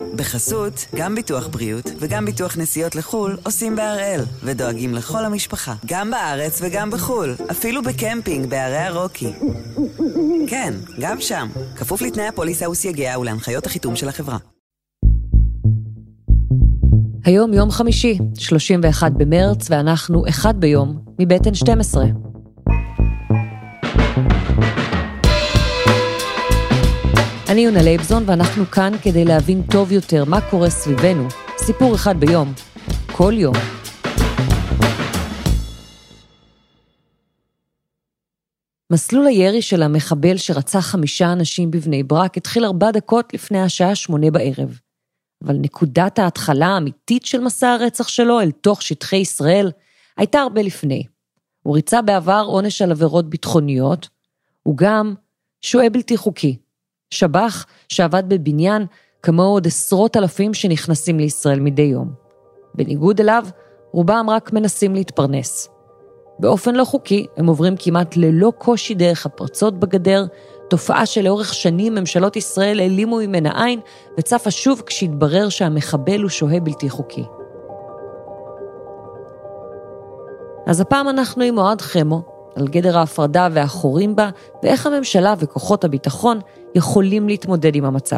בחסות, גם ביטוח בריאות וגם ביטוח נסיעות לחול עושים בהראל, ודואגים לכל המשפחה, גם בארץ וגם בחול, אפילו בקמפינג בערי הרוקי. כן, גם שם, כפוף לתנאי הפוליסה וסייגיה ולהנחיות החיתום של החברה. היום יום חמישי, 31 במרץ, ואנחנו אחד ביום מבית N12. אני יונה לייבזון, ואנחנו כאן כדי להבין טוב יותר מה קורה סביבנו. סיפור אחד ביום, כל יום. מסלול הירי של המחבל שרצח 5 אנשים בבני ברק התחיל 4 דקות לפני השעה 8 בערב. אבל נקודת ההתחלה האמיתית של מסע הרצח שלו אל תוך שטחי ישראל הייתה הרבה לפני. הוא ריצה בעבר עונש על עבירות ביטחוניות, הוא גם שוהה בלתי חוקי. שב"ח שעבד בבניין כמו עוד עשרות אלפים שנכנסים לישראל מדי יום. בניגוד אליו, רובם רק מנסים להתפרנס. באופן לא חוקי, הם עוברים כמעט ללא קושי דרך הפרצות בגדר, תופעה שלאורך שנים ממשלות ישראל העלימו ממנה עין, וצפה שוב כשהתברר שהמחבל הוא שוהה בלתי חוקי. אז הפעם אנחנו עם אוהד חמו, על גדר ההפרדה והחורים בה, ואיך הממשלה וכוחות הביטחון יכולים להתמודד עם המצב.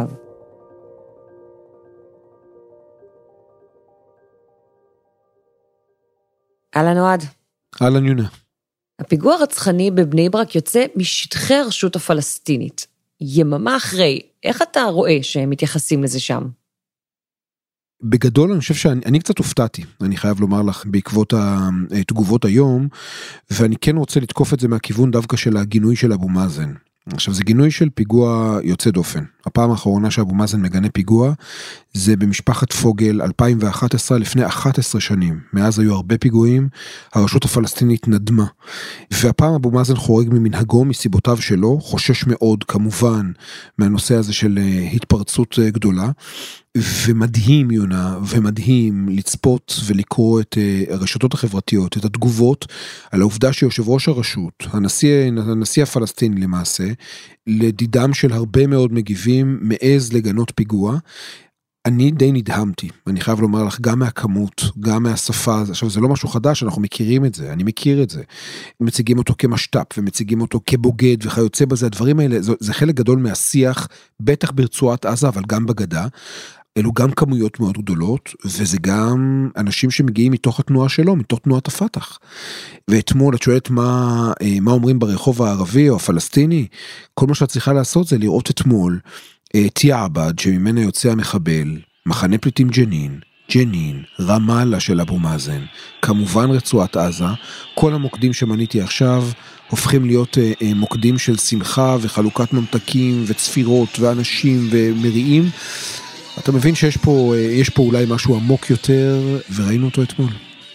אהלן אוהד. אהלן יונה. הפיגוע הרצחני בבני ברק יוצא משטחי הרשות הפלסטינית. יממה אחרי, איך אתה רואה שהם מתייחסים לזה שם? בגדול אני חושב שאני קצת הופתעתי, אני חייב לומר לך, בעקבות התגובות היום, ואני כן רוצה לתקוף את זה מהכיוון דווקא של הגינוי של אבו מאזן. עכשיו זה גינוי של פיגוע יוצא דופן. הפעם האחרונה שאבו מאזן מגנה פיגוע, זה במשפחת פוגל 2011, לפני 11 שנים. מאז היו הרבה פיגועים, הרשות הפלסטינית נדמה. והפעם אבו מאזן חורג ממנהגו, מסיבותיו שלו, חושש מאוד כמובן מהנושא הזה של התפרצות גדולה. ומדהים יונה, ומדהים לצפות ולקרוא את הרשתות החברתיות, את התגובות על העובדה שיושב ראש הרשות, הנשיא הפלסטיני למעשה, לדידם של הרבה מאוד מגיבים, מעז לגנות פיגוע. אני די נדהמתי, אני חייב לומר לך, גם מהכמות, גם מהשפה, עכשיו זה לא משהו חדש, אנחנו מכירים את זה, אני מכיר את זה, מציגים אותו כמשת"פ, ומציגים אותו כבוגד, וכיוצא בזה, הדברים האלה, זה חלק גדול מהשיח, בטח ברצועת עזה, אבל גם בגדה, אלו גם כמויות מאוד גדולות, וזה גם אנשים שמגיעים מתוך התנועה שלו, מתוך תנועת הפתח. ואתמול את שואלת מה אומרים ברחוב הערבי או הפלסטיני, כל מה שאת צריכה לעשות זה לראות אתמול, תיעבד שממנה יוצא המחבל, מחנה פליטים ג'נין, רמאללה של אבו מאזן, כמובן רצועת עזה, כל המוקדים שמניתי עכשיו, הופכים להיות מוקדים של שמחה וחלוקת ממתקים וצפירות ואנשים ומריעים, אתה מבין שיש פה אולי משהו עמוק יותר, וראינו אותו אתמול.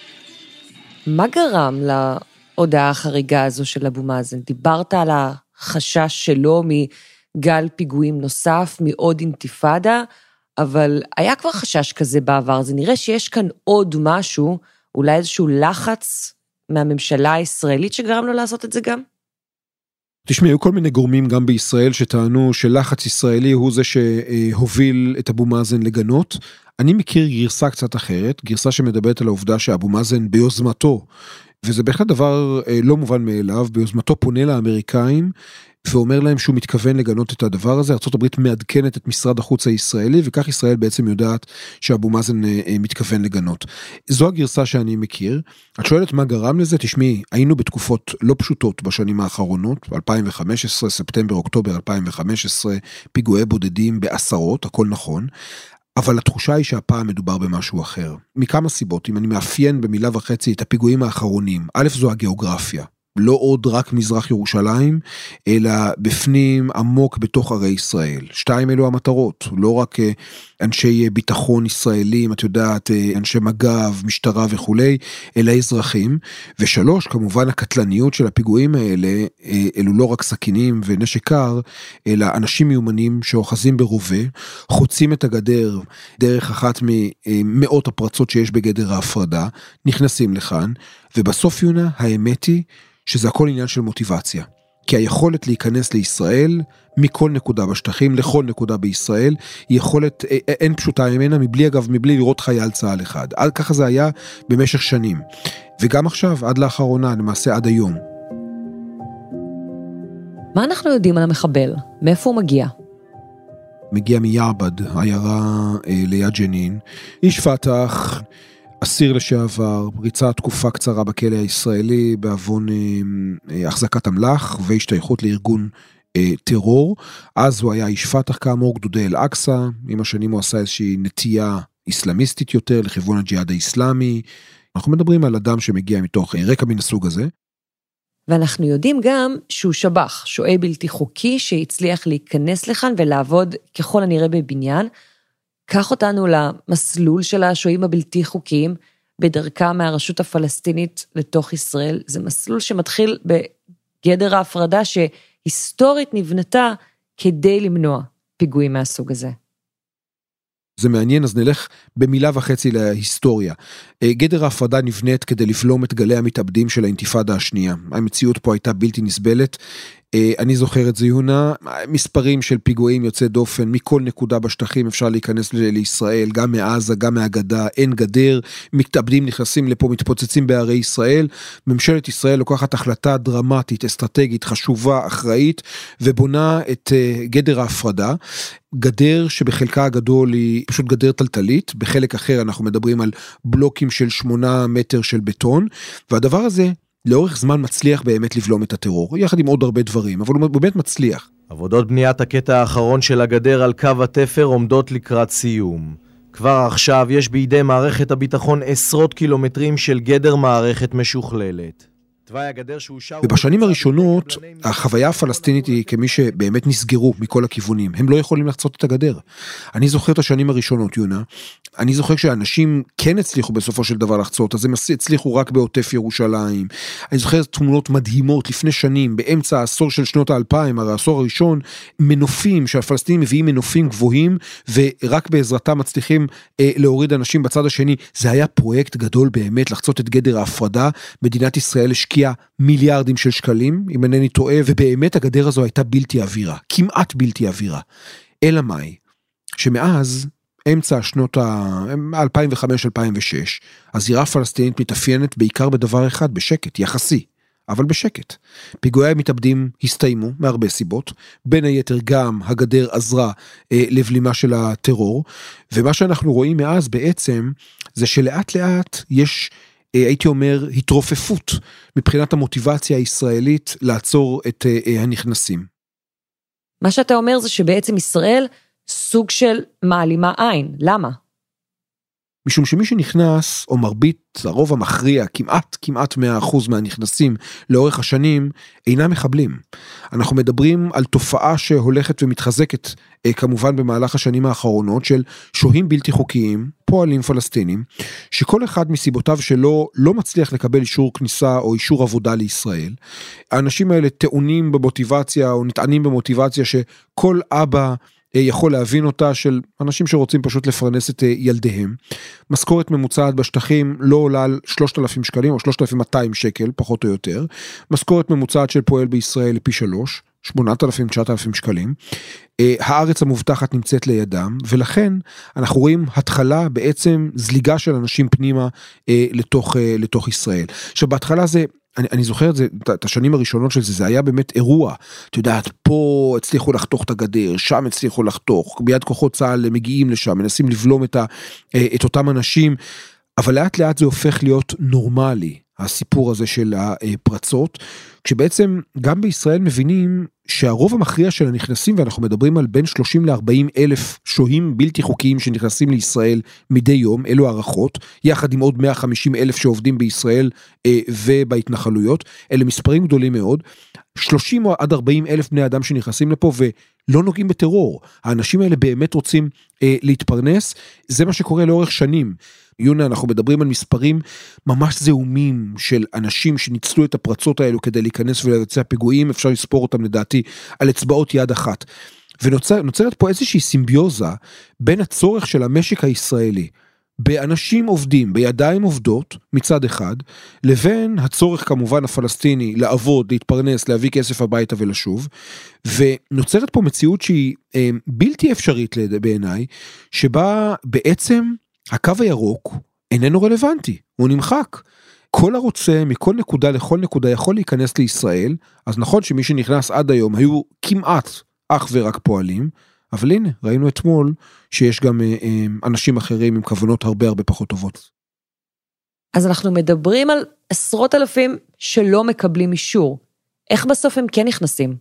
מה גרם להודעה החריגה הזו של אבו מאזן? דיברת על החשש שלו מגל פיגועים נוסף, מעוד אינתיפאדה, אבל היה כבר חשש כזה בעבר, זה נראה שיש כאן עוד משהו, אולי איזשהו לחץ מהממשלה הישראלית שגרם לו לעשות את זה גם? תשמעו, כל מיני גורמים גם בישראל שטענו שלחץ ישראלי הוא זה שהוביל את אבו מאזן לגנות. אני מכיר גרסה קצת אחרת, גרסה שמדברת על העובדה שאבו מאזן ביוזמתו, וזה בהחלט דבר לא מובן מאליו, ביוזמתו פונה לאמריקאים, ואומר להם שהוא מתכוון לגנות את הדבר הזה. ארצות הברית מעדכנת את משרד החוץ הישראלי, וכך ישראל בעצם יודעת שאבו מאזן מתכוון לגנות. זו הגרסה שאני מכיר. את שואלת מה גרם לזה? תשמעי, היינו בתקופות לא פשוטות בשנים האחרונות, 2015, ספטמבר, אוקטובר 2015, פיגועי בודדים בעשרות, הכל נכון, אבל התחושה היא שהפעם מדובר במשהו אחר. מכמה סיבות, אם אני מאפיין במילה וחצי את הפיגועים האחרונים, א' זו הגיאוגרפיה. לא עוד רק מזרח ירושלים, אלא בפנים עמוק בתוך ערי ישראל. 2 אלו המטרות, לא רק אנשי ביטחון ישראלים, את יודעת, אנשי מג"ב, משטרה וכולי, אלא אזרחים. ו3, כמובן הקטלניות של הפיגועים האלה, אלו לא רק סכינים ונשק קר, אלא אנשים מיומנים שאוחזים ברובה, חוצים את הגדר דרך אחת ממאות הפרצות שיש בגדר ההפרדה, נכנסים לכאן, ובסוף יונה, האמת היא, שזה הכל עניין של מוטיבציה. כי היכולת להיכנס לישראל, מכל נקודה בשטחים, לכל נקודה בישראל, היא יכולת, אין פשוטה ממנה, מבלי לראות חייל צהל אחד. ככה זה היה במשך שנים. וגם עכשיו, עד לאחרונה, למעשה עד היום. מה אנחנו יודעים על המחבל? מאיפה הוא מגיע? מגיע מיעבד, עיירה ליד ג'נין. איש פתח, אסיר לשעבר, ריצה תקופה קצרה בכלא הישראלי, בעוון החזקת אמל"ח והשתייכות לארגון טרור. אז הוא היה איש פתח כאמור, גדודי אל-אקסא, עם השנים הוא עשה איזושהי נטייה איסלאמיסטית יותר, לכיוון הג'יהאד האיסלאמי. אנחנו מדברים על אדם שמגיע מתוך רקע מן הסוג הזה. ואנחנו יודעים גם שהוא שבח, שוהה בלתי חוקי, שהצליח להיכנס לכאן ולעבוד ככל הנראה בבניין. קח אותנו למסלול של השוהים הבלתי חוקיים, בדרכה מהרשות הפלסטינית לתוך ישראל. זה מסלול שמתחיל בגדר ההפרדה שהיסטורית נבנתה כדי למנוע פיגועים מהסוג הזה. זה מעניין, אז נלך במילה וחצי להיסטוריה. גדר ההפרדה נבנית כדי לפלום את גלי המתאבדים של האינתיפאדה השנייה. המציאות פה הייתה בלתי נסבלת. אני זוכר את זה, יונה, מספרים של פיגועים יוצא דופן, מכל נקודה בשטחים אפשר להיכנס לישראל, גם מעזה, גם מהגדה, אין גדר, מתאבדים נכנסים לפה, מתפוצצים בערי ישראל. ממשלת ישראל לוקחת החלטה דרמטית, אסטרטגית, חשובה, אחראית, ובונה את גדר ההפרדה. גדר שבחלקה הגדול היא פשוט גדר טלטלית, בחלק אחר אנחנו מדברים על בלוקים של 8 מטר של בטון, והדבר הזה לאורך זמן מצליח באמת לבלום את הטרור, יחד עם עוד הרבה דברים, אבל הוא באמת מצליח. עבודות בניית הקטע האחרון של הגדר על קו התפר עומדות לקראת סיום. כבר עכשיו יש בידי מערכת הביטחון עשרות קילומטרים של גדר מערכת משוכללת. ובשנים הראשונות, החוויה הפלסטינית היא כמי שבאמת נסגרו מכל הכיוונים. הם לא יכולים לחצות את הגדר. אני זוכר את השנים הראשונות, יונה. אני זוכר שאנשים כן הצליחו בסופו של דבר לחצות, אז הם הצליחו רק בעוטף ירושלים. אני זוכר תמונות מדהימות לפני שנים, באמצע העשור של שנות ה-2000, הרי העשור הראשון, מנופים, שהפלסטינים מביאים מנופים גבוהים, ורק בעזרתם מצליחים להוריד אנשים בצד השני. זה היה פרויקט גדול באמת, לחצות את גדר ההפרדה. מדינת ישראל השקיעה מיליארדים של שקלים, אם אינני טועה, ובאמת הגדר הזו הייתה בלתי אווירה, כמעט בלתי אווירה. אלא מאי, שמאז אמצע שנות ה-2005-2006, הזירה הפלסטינית מתאפיינת בעיקר בדבר אחד, בשקט, יחסי, אבל בשקט. פיגועי המתאבדים הסתיימו מהרבה סיבות, בין היתר גם הגדר עזרה לבלימה של הטרור, ומה שאנחנו רואים מאז בעצם, זה שלאט לאט יש הייתי אומר, התרופפות מבחינת המוטיבציה הישראלית לעצור את הנכנסים. מה שאתה אומר זה שבעצם ישראל סוג של מעלימה עין. למה? משום שמי שנכנס, או מרבית, הרוב המכריע, כמעט 100% מהנכנסים לאורך השנים, אינם מחבלים. אנחנו מדברים על תופעה שהולכת ומתחזקת, כמובן במהלך השנים האחרונות, של שוהים בלתי חוקיים, פועלים פלסטינים, שכל אחד מסיבותיו שלו לא מצליח לקבל אישור כניסה או אישור עבודה לישראל. האנשים האלה טעונים במוטיבציה, או נטענים במוטיבציה שכל אבא יכול להבין אותה, של אנשים שרוצים פשוט לפרנס את ילדיהם. משכורת ממוצעת בשטחים לא עולה על 3,000 שקלים או 3,200 שקל, פחות או יותר. משכורת ממוצעת של פועל בישראל לפי 3, 8,000-9,000 שקלים. הארץ המובטחת נמצאת לידם, ולכן אנחנו רואים התחלה בעצם זליגה של אנשים פנימה לתוך ישראל. עכשיו בהתחלה זה, אני זוכר את השנים הראשונות של זה, זה היה באמת אירוע, אתה יודעת, פה הצליחו לחתוך את הגדר, שם הצליחו לחתוך, ביד כוחות צה"ל מגיעים לשם, מנסים לבלום את אותם אנשים, אבל לאט לאט זה הופך להיות נורמלי, הסיפור הזה של הפרצות, כשבעצם גם בישראל מבינים שהרוב המכריע של הנכנסים, ואנחנו מדברים על בין 30 ל-40 אלף שוהים בלתי חוקיים שנכנסים לישראל מדי יום, אלו הערכות, יחד עם עוד 150 אלף שעובדים בישראל ובהתנחלויות, אלה מספרים גדולים מאוד, 30 עד 40 אלף בני אדם שנכנסים לפה ולא נוגעים בטרור, האנשים האלה באמת רוצים להתפרנס, זה מה שקורה לאורך שנים. יונה, אנחנו מדברים על מספרים ממש זהומים של אנשים שניצלו את הפרצות האלו כדי להיכנס ולבצע פיגועים, אפשר לספור אותם לדעתי על אצבעות יד אחת. ונוצרת פה איזושהי סימביוזה בין הצורך של המשק הישראלי באנשים עובדים, בידיים עובדות מצד אחד, לבין הצורך כמובן הפלסטיני לעבוד, להתפרנס, להביא כסף הביתה ולשוב, ונוצרת פה מציאות שהיא בלתי אפשרית בעיניי, שבה בעצם הקו הירוק איננו רלוונטי, הוא נמחק. כל הרוצה מכל נקודה לכל נקודה יכול להיכנס לישראל, אז נכון שמי שנכנס עד היום היו כמעט אך ורק פועלים, אבל הנה, ראינו אתמול שיש גם אנשים אחרים עם כוונות הרבה הרבה פחות טובות. אז אנחנו מדברים על עשרות אלפים שלא מקבלים אישור. איך בסוף הם כן נכנסים?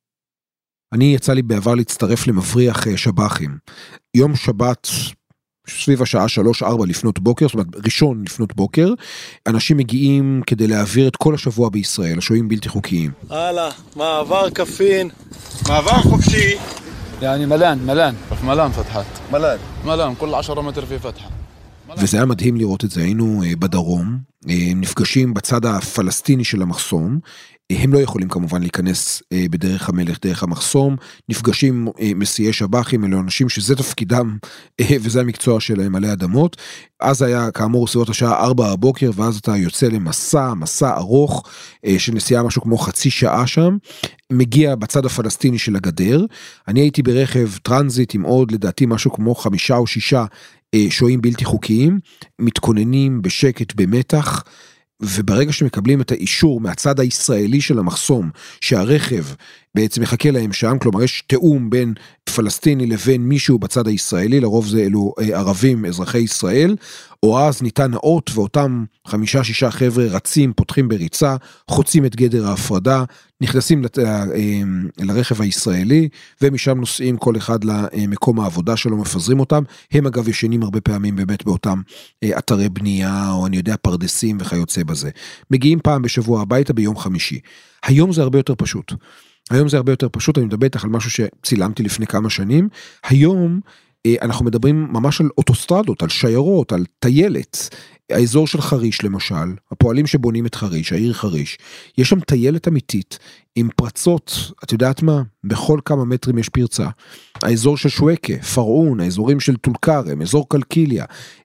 אני יצא לי בעבר להצטרף למבריח שב"חים. יום שבת סביב השעה 3-4 לפנות בוקר, זאת אומרת ראשון לפנות בוקר, אנשים מגיעים כדי להעביר את כל השבוע בישראל, השוהים בלתי חוקיים. הלאה, מעבר כפין, מעבר חופשי. يعني ملان فتحات ملان كل 10 متر في فتحة. וזה היה מדהים לראות את זה, היינו בדרום, נפגשים בצד הפלסטיני של המחסום, הם לא יכולים כמובן להיכנס בדרך המלך, דרך המחסום, נפגשים מסיעי שב"חים, אלו אנשים שזה תפקידם, וזה המקצוע שלהם עלי אדמות, אז היה כאמור סביבות השעה 4 הבוקר, ואז אתה יוצא מסע ארוך, של נסיעה משהו כמו חצי שעה שם, מגיע בצד הפלסטיני של הגדר, אני הייתי ברכב טרנזיט עם עוד לדעתי משהו כמו 5 או 6 שוהים בלתי חוקיים, מתכוננים בשקט במתח, וברגע שמקבלים את האישור מהצד הישראלי של המחסום, שהרכב בעצם מחכה להם שם, כלומר יש תאום בין פלסטיני לבין מישהו בצד הישראלי, לרוב זה אלו ערבים, אזרחי ישראל, או אז ניתן נאות, ואותם 5-6 חבר'ה רצים, פותחים בריצה, חוצים את גדר ההפרדה, נכנסים לרכב הישראלי, ומשם נוסעים כל אחד למקום העבודה שלו, מפזרים אותם, הם אגב ישנים הרבה פעמים באמת באותם אתרי בנייה, או אני יודע פרדסים וכיוצא בזה. מגיעים פעם בשבוע הביתה ביום חמישי. היום זה הרבה יותר פשוט. אני מדבר איתך על משהו שצילמתי לפני כמה שנים. היום אנחנו מדברים ממש על אוטוסטרדות, על שיירות, על טיילת. האזור של חריש למשל, הפועלים שבונים את חריש, העיר חריש, יש שם טיילת אמיתית עם פרצות, את יודעת מה? בכל כמה מטרים יש פרצה. האזור של שווקה, פרעון, האזורים של טולקרם, אזור קלקיליה,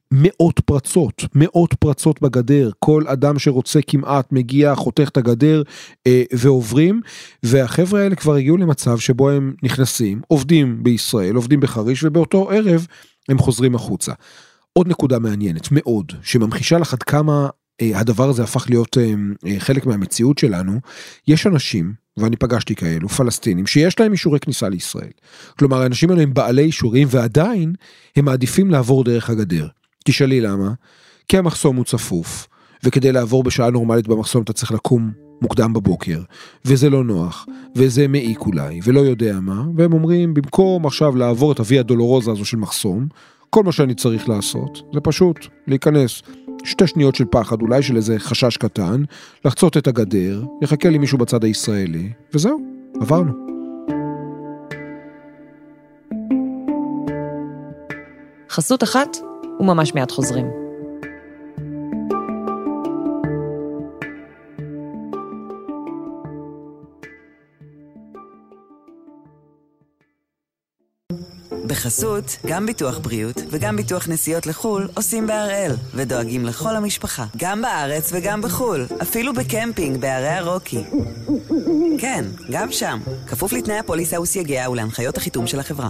מאות פרצות בגדר, כל אדם שרוצה כמעט מגיע, חותך את הגדר ועוברים, והחבר'ה האלה כבר הגיעו למצב שבו הם נכנסים, עובדים בישראל, עובדים בחריש, ובאותו ערב הם חוזרים החוצה. עוד נקודה מעניינת מאוד, שממחישה לך עד כמה הדבר הזה הפך להיות חלק מהמציאות שלנו, יש אנשים, ואני פגשתי כאלו, פלסטינים, שיש להם אישורי כניסה לישראל. כלומר, האנשים האלה הם בעלי אישורים, ועדיין הם מעדיפים לעבור דרך הגדר. תשאלי למה? כי המחסום הוא צפוף, וכדי לעבור בשעה נורמלית במחסום אתה צריך לקום מוקדם בבוקר, וזה לא נוח, וזה מעיק אולי, ולא יודע מה, והם אומרים, במקום עכשיו לעבור את הוויה דולורוזה הזו של מחסום, כל מה שאני צריך לעשות, זה פשוט להיכנס 2 שניות של פחד, אולי של איזה חשש קטן, לחצות את הגדר, יחכה לי מישהו בצד הישראלי, וזהו, עברנו. חסות אחת, וממש מעט חוזרים. בחסות, גם ביטוח בריאות וגם ביטוח נסיעות לחול עושים בהראל, ודואגים לכל המשפחה, גם בארץ וגם בחול, אפילו בקמפינג בערי הרוקי. כן, גם שם, כפוף לתנאי הפוליסה וסייגיה ולהנחיות החיתום של החברה.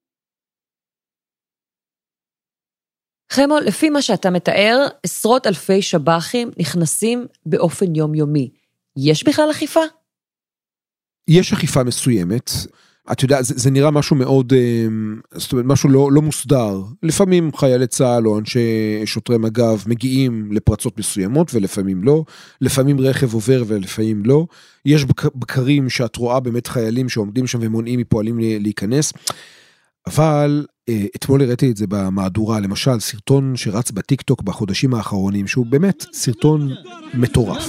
חמו, לפי מה שאתה מתאר, עשרות אלפי שב"חים נכנסים באופן יומיומי. יש בכלל אכיפה? יש אכיפה מסוימת. את יודעת, זה נראה משהו מאוד, זאת אומרת, משהו לא מוסדר. לפעמים חיילי צה"ל או אנשי שוטרי מג"ב מגיעים לפרצות מסוימות ולפעמים לא. לפעמים רכב עובר ולפעמים לא. יש בקרים שאת רואה באמת חיילים שעומדים שם ומונעים מפועלים להיכנס. אבל אתמול הראיתי את זה במהדורה, למשל סרטון שרץ בטיקטוק בחודשים האחרונים, שהוא באמת סרטון מטורף.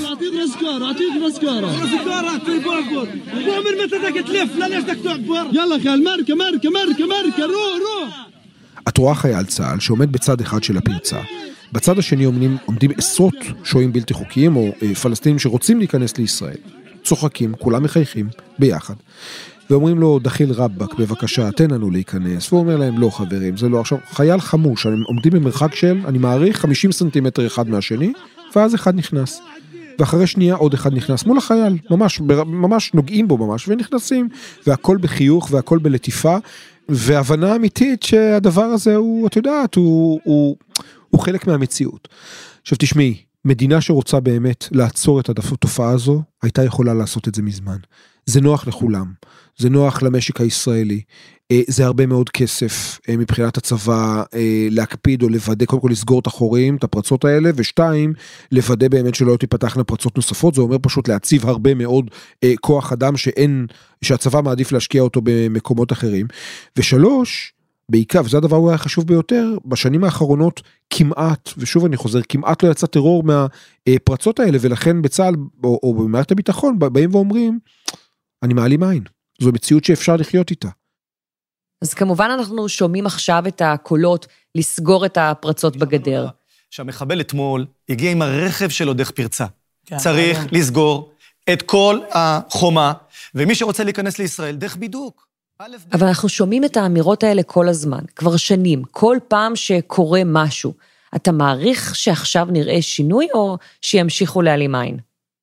את רואה חייל צה"ל שעומד בצד אחד של הפרצה, בצד השני עומדים עשרות שוהים בלתי חוקיים או פלסטינים שרוצים להיכנס לישראל, צוחקים, כולם מחייכים, ביחד. ואומרים לו, דחיל רבק, בבקשה, תן לנו להיכנס. והוא אומר להם, לא חברים, זה לא. עכשיו, חייל חמוש, הם עומדים במרחק של, אני מעריך, 50 סנטימטר אחד מהשני, ואז אחד נכנס. ואחרי שנייה עוד אחד נכנס מול החייל, ממש נוגעים בו ממש, ונכנסים, והכל בחיוך, והכל בלטיפה, והבנה אמיתית שהדבר הזה הוא, את יודעת, הוא חלק מהמציאות. עכשיו תשמעי, מדינה שרוצה באמת לעצור את התופעה הזו, הייתה יכולה לעשות את זה מזמן. זה נוח לכולם, זה נוח למשק הישראלי, זה הרבה מאוד כסף מבחינת הצבא להקפיד או לוודא, קודם כל לסגור את החורים, את הפרצות האלה, ושתיים, לוודא באמת שלא תיפתחנה פרצות נוספות, זה אומר פשוט להציב הרבה מאוד כוח אדם שהצבא מעדיף להשקיע אותו במקומות אחרים, ושלוש, בעיקר, וזה הדבר הוא היה חשוב ביותר, בשנים האחרונות כמעט, ושוב אני חוזר, כמעט לא יצא טרור מהפרצות האלה, ולכן בצה"ל או במערכת הביטחון באים ואומרים, אני מעלים עין, זו מציאות שאפשר לחיות איתה. אז כמובן אנחנו שומעים עכשיו את הקולות לסגור את הפרצות בגדר. שהמחבל אתמול הגיע עם הרכב שלו דרך פרצה. צריך לסגור את כל החומה, ומי שרוצה להיכנס לישראל דרך בידוק. אבל אנחנו שומעים את האמירות האלה כל הזמן, כבר שנים, כל פעם שקורה משהו. אתה מעריך שעכשיו נראה שינוי או שימשיכו להעלים עין?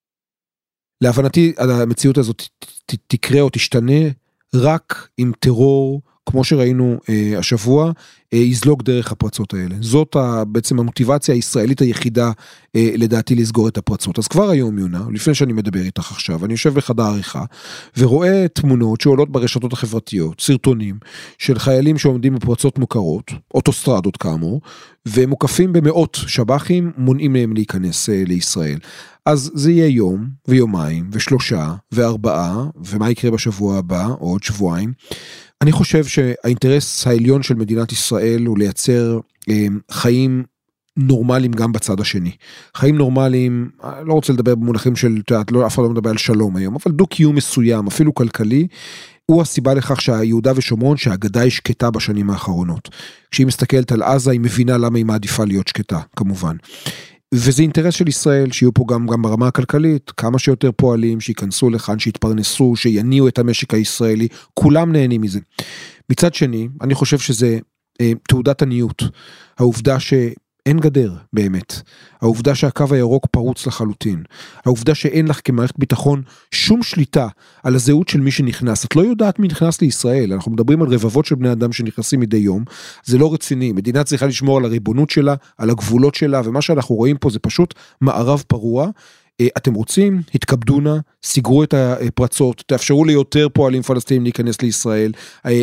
להבנתי, המציאות הזאת תקרה או תשתנה רק עם טרור, כמו שראינו השבוע, יזלוג דרך הפרצות האלה. זאת בעצם המוטיבציה הישראלית היחידה לדעתי לסגור את הפרצות. אז כבר היום יונה, לפני שאני מדבר איתך עכשיו, אני יושב בחדר עריכה, ורואה תמונות שעולות ברשתות החברתיות, סרטונים של חיילים שעומדים בפרצות מוכרות, אוטוסטרדות כאמור, ומוקפים במאות שב"חים, מונעים מהם להיכנס לישראל. אז זה יהיה יום, ויומיים, ושלושה, וארבעה, ומה יקרה בשבוע הבא, או עוד שבועיים. אני חושב שהאינטרס העליון של מדינת ישראל הוא לייצר חיים נורמליים גם בצד השני. חיים נורמליים, לא רוצה לדבר במונחים של, אף אחד לא מדבר על שלום היום, אבל דו-קיום מסוים, אפילו כלכלי, הוא הסיבה לכך שהיהודה ושומרון, שהאגדה היא שקטה בשנים האחרונות. כשהיא מסתכלת על עזה, היא מבינה למה היא מעדיפה להיות שקטה, כמובן. וזה אינטרס של ישראל, שיהיו פה גם ברמה הכלכלית, כמה שיותר פועלים, שיכנסו לכאן, שיתפרנסו, שיניעו את המשק הישראלי, כולם נהנים מזה. מצד שני, אני חושב שזה תעודת עניות, העובדה שאין גדר באמת, העובדה שהקו הירוק פרוץ לחלוטין, העובדה שאין לך כמערכת ביטחון שום שליטה על הזהות של מי שנכנס, את לא יודעת מי נכנס לישראל, אנחנו מדברים על רבבות של בני אדם שנכנסים מדי יום, זה לא רציני, מדינה צריכה לשמור על הריבונות שלה, על הגבולות שלה, ומה שאנחנו רואים פה זה פשוט מערב פרוע, אתם רוצים, התכבדונה, סגרו את הפרצות, תאפשרו ליותר פועלים פלסטינים להיכנס לישראל,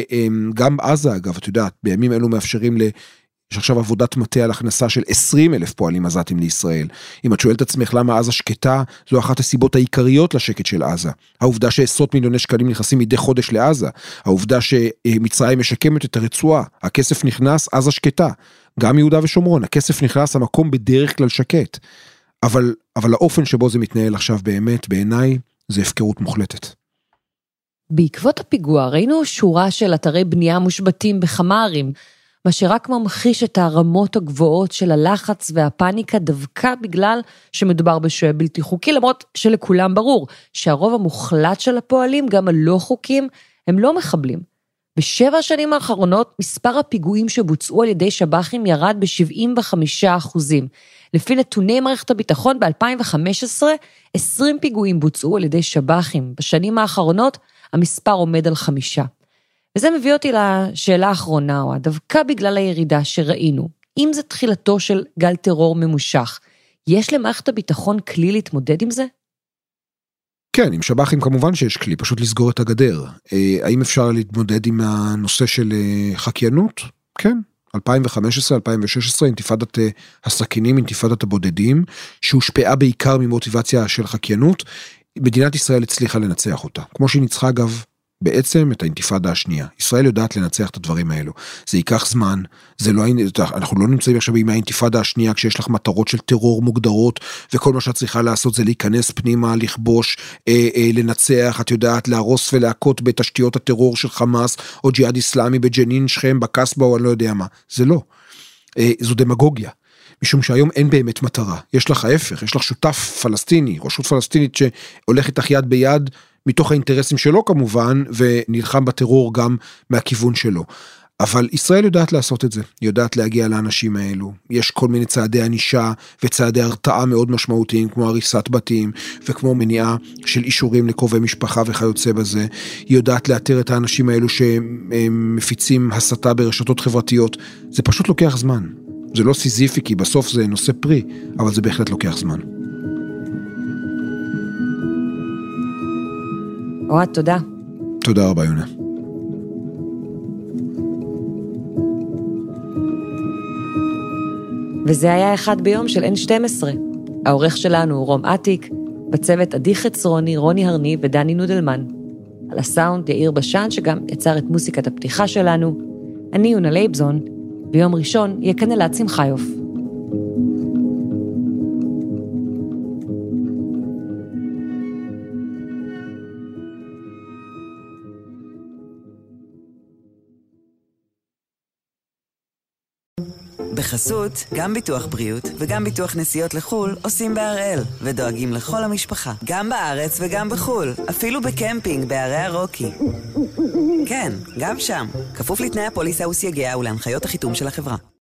גם עזה אגב, את יודעת, בימים אלו מאפשרים יש עכשיו עבודת מטה על הכנסה של 20,000 פועלים עזתים לישראל. אם את שואלת עצמך למה עזה שקטה, זו אחת הסיבות העיקריות לשקט של עזה. העובדה שעשרות מיליוני שקלים נכנסים מדי חודש לעזה. העובדה שמצרים משקמת את הרצועה. הכסף נכנס, עזה שקטה. גם יהודה ושומרון, הכסף נכנס, המקום בדרך כלל שקט. אבל האופן שבו זה מתנהל עכשיו באמת, בעיניי, זה הפקרות מוחלטת. בעקבות הפיגוע ראינו שורה של אתרי בנייה מושבתים בכמה ערים, מה שרק ממחיש את הרמות הגבוהות של הלחץ והפאניקה דווקא בגלל שמדובר בשוהה בלתי חוקי, למרות שלכולם ברור שהרוב המוחלט של הפועלים, גם הלא חוקים, הם לא מחבלים. ב7 השנים האחרונות מספר הפיגועים שבוצעו על ידי שב"חים ירד ב-75%. לפי נתוני מערכת הביטחון ב-2015, 20 פיגועים בוצעו על ידי שב"חים. בשנים האחרונות המספר עומד על 5. וזה מביא אותי לשאלה האחרונה, או דווקא בגלל הירידה שראינו, אם זה תחילתו של גל טרור ממושך, יש למערכת הביטחון כלי להתמודד עם זה? כן, עם שב"חים כמובן שיש כלי, פשוט לסגור את הגדר. האם אפשר להתמודד עם הנושא של חקיינות? כן. 2015, 2016, אינתיפאדת הסכינים, אינתיפאדת הבודדים, שהושפעה בעיקר ממוטיבציה של חקיינות, מדינת ישראל הצליחה לנצח אותה. כמו שהיא ניצחה אגב, בעצם את האינתיפאדה השנייה. ישראל יודעת לנצח את הדברים האלו. זה ייקח זמן, אנחנו לא נמצאים עכשיו עם האינתיפאדה השנייה, כשיש לך מטרות של טרור מוגדרות, וכל מה שאת צריכה לעשות זה להיכנס פנימה, לכבוש, לנצח, את יודעת, להרוס ולהכות בתשתיות הטרור של חמאס, או ג'יהאד איסלאמי בג'נין, שכם, בקסבה, או אני לא יודע מה. זה לא. זו דמגוגיה. משום שהיום אין באמת מטרה. יש לך ההפך, יש לך שותף פלסטיני, רשות פלסטינית שהולך איתך יד ביד, מתוך האינטרסים שלו כמובן, ונלחם בטרור גם מהכיוון שלו. אבל ישראל יודעת לעשות את זה, יודעת להגיע לאנשים האלו. יש כל מיני צעדי ענישה וצעדי הרתעה מאוד משמעותיים, כמו הריסת בתים וכמו מניעה של אישורים לקרובי משפחה וכיוצא בזה. היא יודעת לאתר את האנשים האלו שמפיצים הסתה ברשתות חברתיות. זה פשוט לוקח זמן. זה לא סיזיפי, כי בסוף זה נושא פרי, אבל זה בהחלט לוקח זמן. אוהד, תודה. תודה רבה, יונה. וזה היה אחד ביום של N12. העורך שלנו הוא רום עתיק, בצוות עדי חצרוני, רוני הרני ודני נודלמן. על הסאונד יאיר בשן, שגם יצר את מוסיקת הפתיחה שלנו. אני יונה לייבזון, ביום ראשון יהיה כאן אלעד שמחיוף. בחסות, גם ביטוח בריאות וגם ביטוח נסיעות לחול עושים בהראל, ודואגים לכל המשפחה, גם בארץ וגם בחול, אפילו בקמפינג בערי הרוקי. כן, גם שם, כפוף לתנאי הפוליסה וסייגיה ולהנחיות החיתום של החברה.